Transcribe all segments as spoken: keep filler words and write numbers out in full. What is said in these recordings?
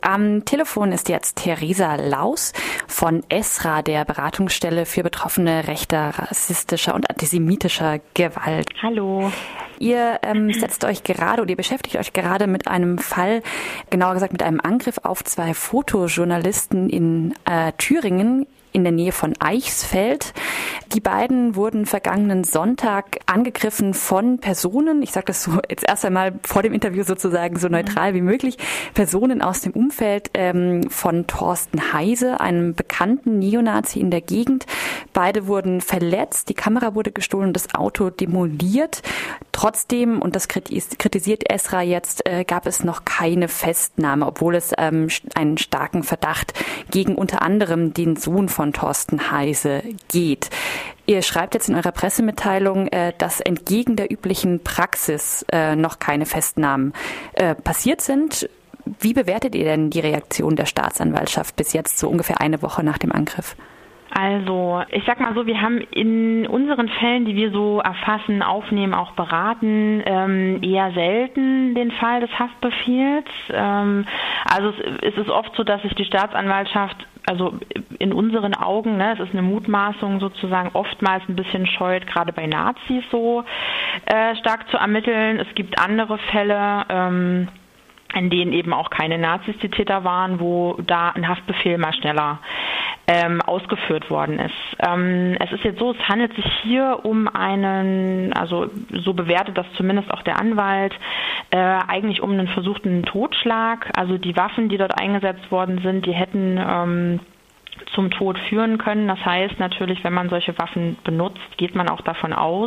Am Telefon ist jetzt Theresa Laus von ESRA, der Beratungsstelle für Betroffene rechter, rassistischer und antisemitischer Gewalt. Hallo. Ihr ähm, setzt euch gerade oder ihr beschäftigt euch gerade mit einem Fall, genauer gesagt mit einem Angriff auf zwei Fotojournalisten in äh, Thüringen in der Nähe von Eichsfeld. Die beiden wurden vergangenen Sonntag angegriffen von Personen, ich sage das so jetzt erst einmal vor dem Interview sozusagen so neutral wie möglich, Personen aus dem Umfeld ähm, von Thorsten Heise, einem bekannten Neonazi in der Gegend. Beide wurden verletzt, die Kamera wurde gestohlen und das Auto demoliert. Trotzdem, und das kritisiert ESRA jetzt, äh, gab es noch keine Festnahme, obwohl es ähm, einen starken Verdacht gegen unter anderem den Sohn von Thorsten Heise geht. Ihr schreibt jetzt in eurer Pressemitteilung, äh, dass entgegen der üblichen Praxis äh, noch keine Festnahmen äh, passiert sind. Wie bewertet ihr denn die Reaktion der Staatsanwaltschaft bis jetzt, so ungefähr eine Woche nach dem Angriff? Also, ich sag mal so, wir haben in unseren Fällen, die wir so erfassen, aufnehmen, auch beraten, ähm, eher selten den Fall des Haftbefehls. Ähm, also es, es ist oft so, dass sich die Staatsanwaltschaft, also in unseren Augen, ne, es ist eine Mutmaßung sozusagen, oftmals ein bisschen scheut, gerade bei Nazis so äh, stark zu ermitteln. Es gibt andere Fälle, ähm, in denen eben auch keine Nazis die Täter waren, wo da ein Haftbefehl mal schneller ähm, ausgeführt worden ist. Ähm, es ist jetzt so, es handelt sich hier um einen, also so bewertet das zumindest auch der Anwalt, äh, eigentlich um einen versuchten Totschlag. Also die Waffen, die dort eingesetzt worden sind, die hätten ähm, zum Tod führen können. Das heißt natürlich, wenn man solche Waffen benutzt, geht man auch davon aus,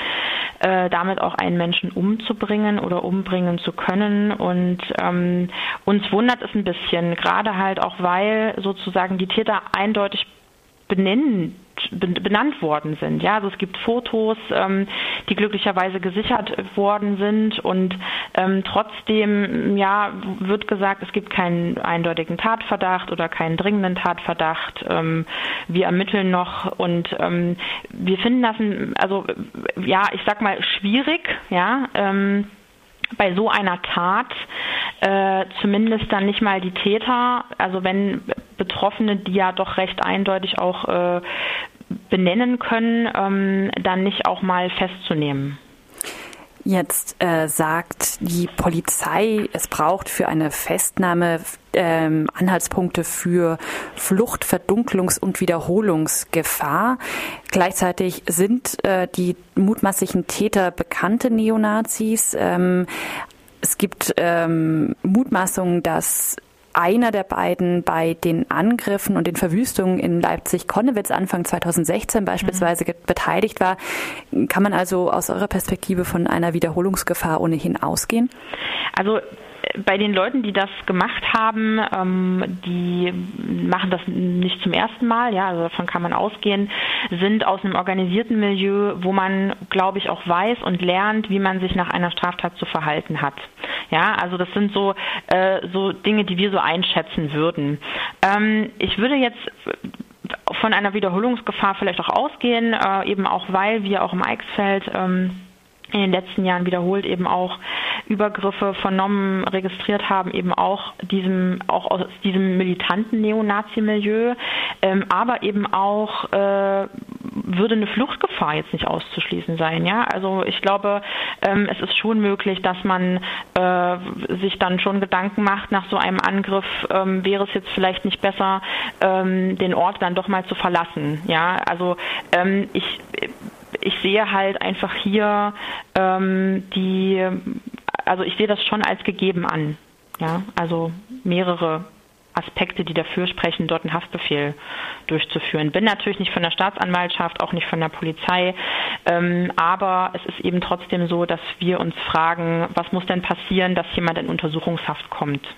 äh, damit auch einen Menschen umzubringen oder umbringen zu können. Und ähm, uns wundert es ein bisschen, gerade halt auch, weil sozusagen die Täter eindeutig benennen benannt worden sind. Ja, also es gibt Fotos, ähm, die glücklicherweise gesichert worden sind und ähm, trotzdem ja wird gesagt, es gibt keinen eindeutigen Tatverdacht oder keinen dringenden Tatverdacht. Ähm, wir ermitteln noch und ähm, wir finden das, ein, also ja, ich sag mal schwierig, ja. Ähm, bei so einer Tat äh, zumindest dann nicht mal die Täter, also wenn Betroffene, die ja doch recht eindeutig auch äh, benennen können, ähm, dann nicht auch mal festzunehmen. Jetzt äh, sagt die Polizei, es braucht für eine Festnahme ähm, Anhaltspunkte für Flucht, Verdunklungs- und Wiederholungsgefahr. Gleichzeitig sind äh, die mutmaßlichen Täter bekannte Neonazis. Ähm, es gibt ähm, Mutmaßungen, dass einer der beiden bei den Angriffen und den Verwüstungen in Leipzig-Konnewitz Anfang zweitausendsechzehn beispielsweise mhm. beteiligt war. Kann man also aus eurer Perspektive von einer Wiederholungsgefahr ohnehin ausgehen? Also bei den Leuten, die das gemacht haben, ähm, die machen das nicht zum ersten Mal, ja, also davon kann man ausgehen, sind aus einem organisierten Milieu, wo man, glaube ich, auch weiß und lernt, wie man sich nach einer Straftat zu verhalten hat. Ja, also das sind so äh, so Dinge, die wir so einschätzen würden. Ähm, ich würde jetzt von einer Wiederholungsgefahr vielleicht auch ausgehen, äh, eben auch, weil wir auch im Eichsfeld ähm, in den letzten Jahren wiederholt eben auch Übergriffe vernommen, registriert haben, eben auch diesem, auch aus diesem militanten Neonazi-Milieu, ähm, aber eben auch äh, würde eine Fluchtgefahr jetzt nicht auszuschließen sein, ja. Also ich glaube, ähm, es ist schon möglich, dass man äh, sich dann schon Gedanken macht nach so einem Angriff, ähm, wäre es jetzt vielleicht nicht besser, ähm, den Ort dann doch mal zu verlassen, ja. Also ähm, ich Ich sehe halt einfach hier ähm, die, also ich sehe das schon als gegeben an. Ja, also mehrere Aspekte, die dafür sprechen, dort einen Haftbefehl durchzuführen. Bin natürlich nicht von der Staatsanwaltschaft, auch nicht von der Polizei, ähm, aber es ist eben trotzdem so, dass wir uns fragen, was muss denn passieren, dass jemand in Untersuchungshaft kommt?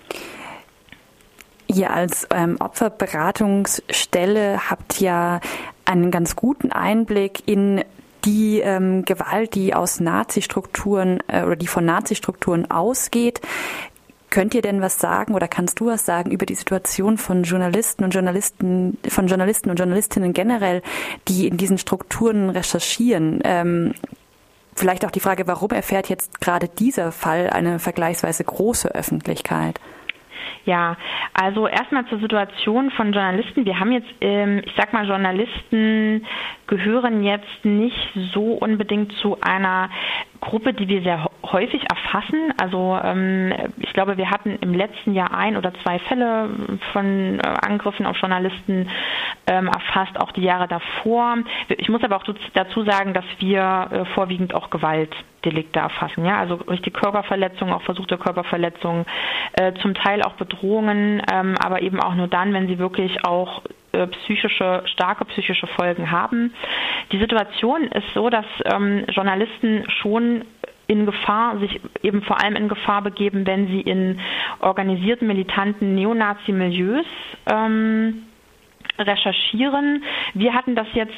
Ihr als ähm, Opferberatungsstelle habt ja einen ganz guten Einblick in die ähm, Gewalt, die aus Nazi-Strukturen äh, oder die von Nazi-Strukturen ausgeht. Könnt ihr denn was sagen oder kannst du was sagen über die Situation von Journalisten und Journalisten, von Journalisten und Journalistinnen generell, die in diesen Strukturen recherchieren? Ähm, vielleicht auch die Frage, warum erfährt jetzt gerade dieser Fall eine vergleichsweise große Öffentlichkeit? Ja, also erstmal zur Situation von Journalisten. Wir haben jetzt, ähm, ich sag mal, Journalisten gehören jetzt nicht so unbedingt zu einer Gruppe, die wir sehr häufig erfassen. Also ähm, ich glaube, wir hatten im letzten Jahr ein oder zwei Fälle von äh, Angriffen auf Journalisten ähm, erfasst, auch die Jahre davor. Ich muss aber auch dazu sagen, dass wir äh, vorwiegend auch Gewaltdelikte erfassen, ja, also richtig Körperverletzungen, auch versuchte Körperverletzungen, äh, zum Teil auch Bedrohungen, ähm, aber eben auch nur dann, wenn sie wirklich auch äh, psychische, starke psychische Folgen haben. Die Situation ist so, dass ähm, Journalisten schon in Gefahr, sich eben vor allem in Gefahr begeben, wenn sie in organisierten, militanten Neonazi-Milieus ähm, recherchieren. Wir hatten das jetzt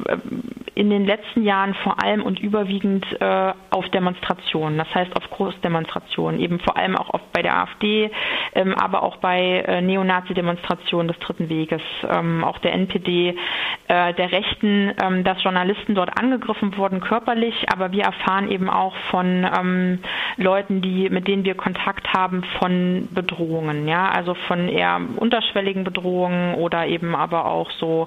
in den letzten Jahren vor allem und überwiegend äh, auf Demonstrationen, das heißt auf Großdemonstrationen, eben vor allem auch oft bei der AfD, ähm, aber auch bei äh, Neonazi-Demonstrationen des Dritten Weges, ähm, auch der N P D, äh, der Rechten, ähm, dass Journalisten dort angegriffen wurden körperlich, aber wir erfahren eben auch von ähm, Leuten, die, mit denen wir Kontakt haben, von Bedrohungen, ja, also von eher unterschwelligen Bedrohungen oder eben aber auch so,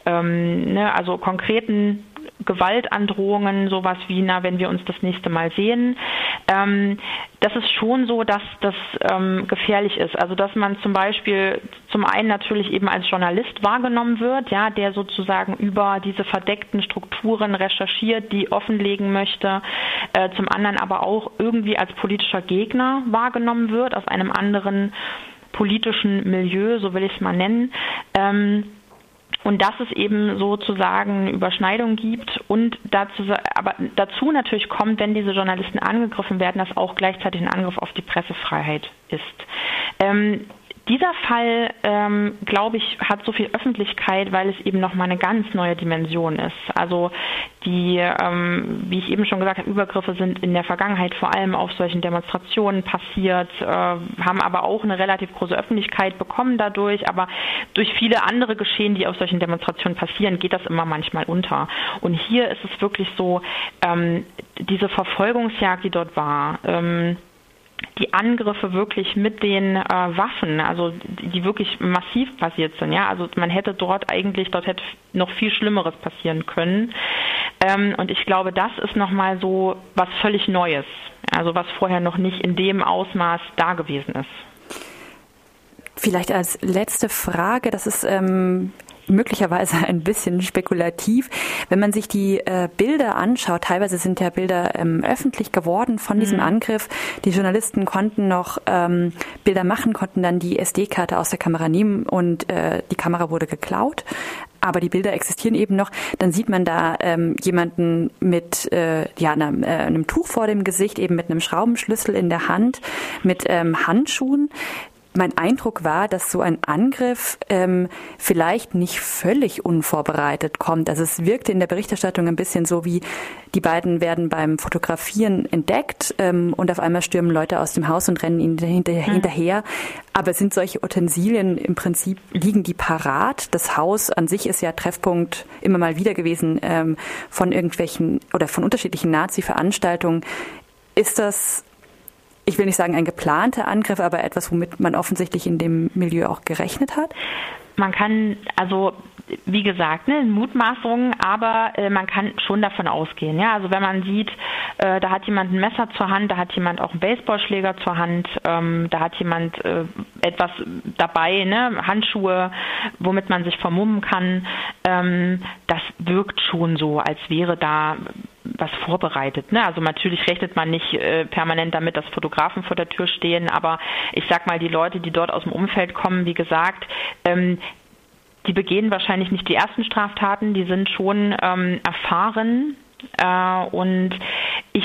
ähm, ne, also konkreten Gewaltandrohungen, sowas wie, na, wenn wir uns das nächste Mal sehen. Ähm, das ist schon so, dass das ähm, gefährlich ist. Also, dass man zum Beispiel zum einen natürlich eben als Journalist wahrgenommen wird, ja, der sozusagen über diese verdeckten Strukturen recherchiert, die offenlegen möchte, äh, zum anderen aber auch irgendwie als politischer Gegner wahrgenommen wird, aus einem anderen politischen Milieu, so will ich es mal nennen. Ähm, Und dass es eben sozusagen Überschneidungen gibt und dazu, aber dazu natürlich kommt, wenn diese Journalisten angegriffen werden, dass auch gleichzeitig ein Angriff auf die Pressefreiheit ist. Ähm, Dieser Fall, ähm, glaube ich, hat so viel Öffentlichkeit, weil es eben nochmal eine ganz neue Dimension ist. Also die, ähm, wie ich eben schon gesagt habe, Übergriffe sind in der Vergangenheit vor allem auf solchen Demonstrationen passiert, äh, haben aber auch eine relativ große Öffentlichkeit bekommen dadurch. Aber durch viele andere Geschehen, die auf solchen Demonstrationen passieren, geht das immer manchmal unter. Und hier ist es wirklich so, ähm, diese Verfolgungsjagd, die dort war, ähm, die Angriffe wirklich mit den äh, Waffen, also die, die wirklich massiv passiert sind, ja, also man hätte dort eigentlich, dort hätte noch viel Schlimmeres passieren können. Ähm, und ich glaube, das ist nochmal so was völlig Neues, also was vorher noch nicht in dem Ausmaß da gewesen ist. Vielleicht als letzte Frage, das ist ähm möglicherweise ein bisschen spekulativ. Wenn man sich die äh, Bilder anschaut, teilweise sind ja Bilder ähm, öffentlich geworden von diesem mhm. Angriff. Die Journalisten konnten noch ähm, Bilder machen, konnten dann die S D-Karte aus der Kamera nehmen und äh, die Kamera wurde geklaut. Aber die Bilder existieren eben noch. Dann sieht man da ähm, jemanden mit äh, ja, einem, äh, einem Tuch vor dem Gesicht, eben mit einem Schraubenschlüssel in der Hand, mit ähm, Handschuhen. Mein Eindruck war, dass so ein Angriff ähm, vielleicht nicht völlig unvorbereitet kommt. Also es wirkte in der Berichterstattung ein bisschen so wie, die beiden werden beim Fotografieren entdeckt ähm, und auf einmal stürmen Leute aus dem Haus und rennen ihnen hinter, mhm. hinterher. Aber sind solche Utensilien im Prinzip, liegen die parat? Das Haus an sich ist ja Treffpunkt immer mal wieder gewesen ähm, von irgendwelchen oder von unterschiedlichen Nazi-Veranstaltungen. Ist das, ich will nicht sagen ein geplanter Angriff, aber etwas, womit man offensichtlich in dem Milieu auch gerechnet hat? Man kann, also wie gesagt, ne, Mutmaßungen, aber äh, man kann schon davon ausgehen. Ja, also wenn man sieht, äh, da hat jemand ein Messer zur Hand, da hat jemand auch einen Baseballschläger zur Hand, ähm, da hat jemand äh, etwas dabei, ne, Handschuhe, womit man sich vermummen kann. Ähm, das wirkt schon so, als wäre da was vorbereitet. Ne? Also natürlich rechnet man nicht äh, permanent damit, dass Fotografen vor der Tür stehen, aber ich sag mal, die Leute, die dort aus dem Umfeld kommen, wie gesagt, ähm, die begehen wahrscheinlich nicht die ersten Straftaten, die sind schon ähm, erfahren äh, und ich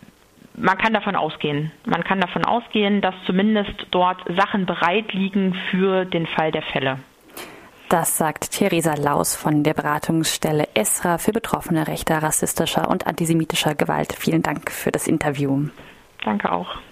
man kann davon ausgehen. Man kann davon ausgehen, dass zumindest dort Sachen bereit liegen für den Fall der Fälle. Das sagt Theresa Laus von der Beratungsstelle ESRA für Betroffene rechter, rassistischer und antisemitischer Gewalt. Vielen Dank für das Interview. Danke auch.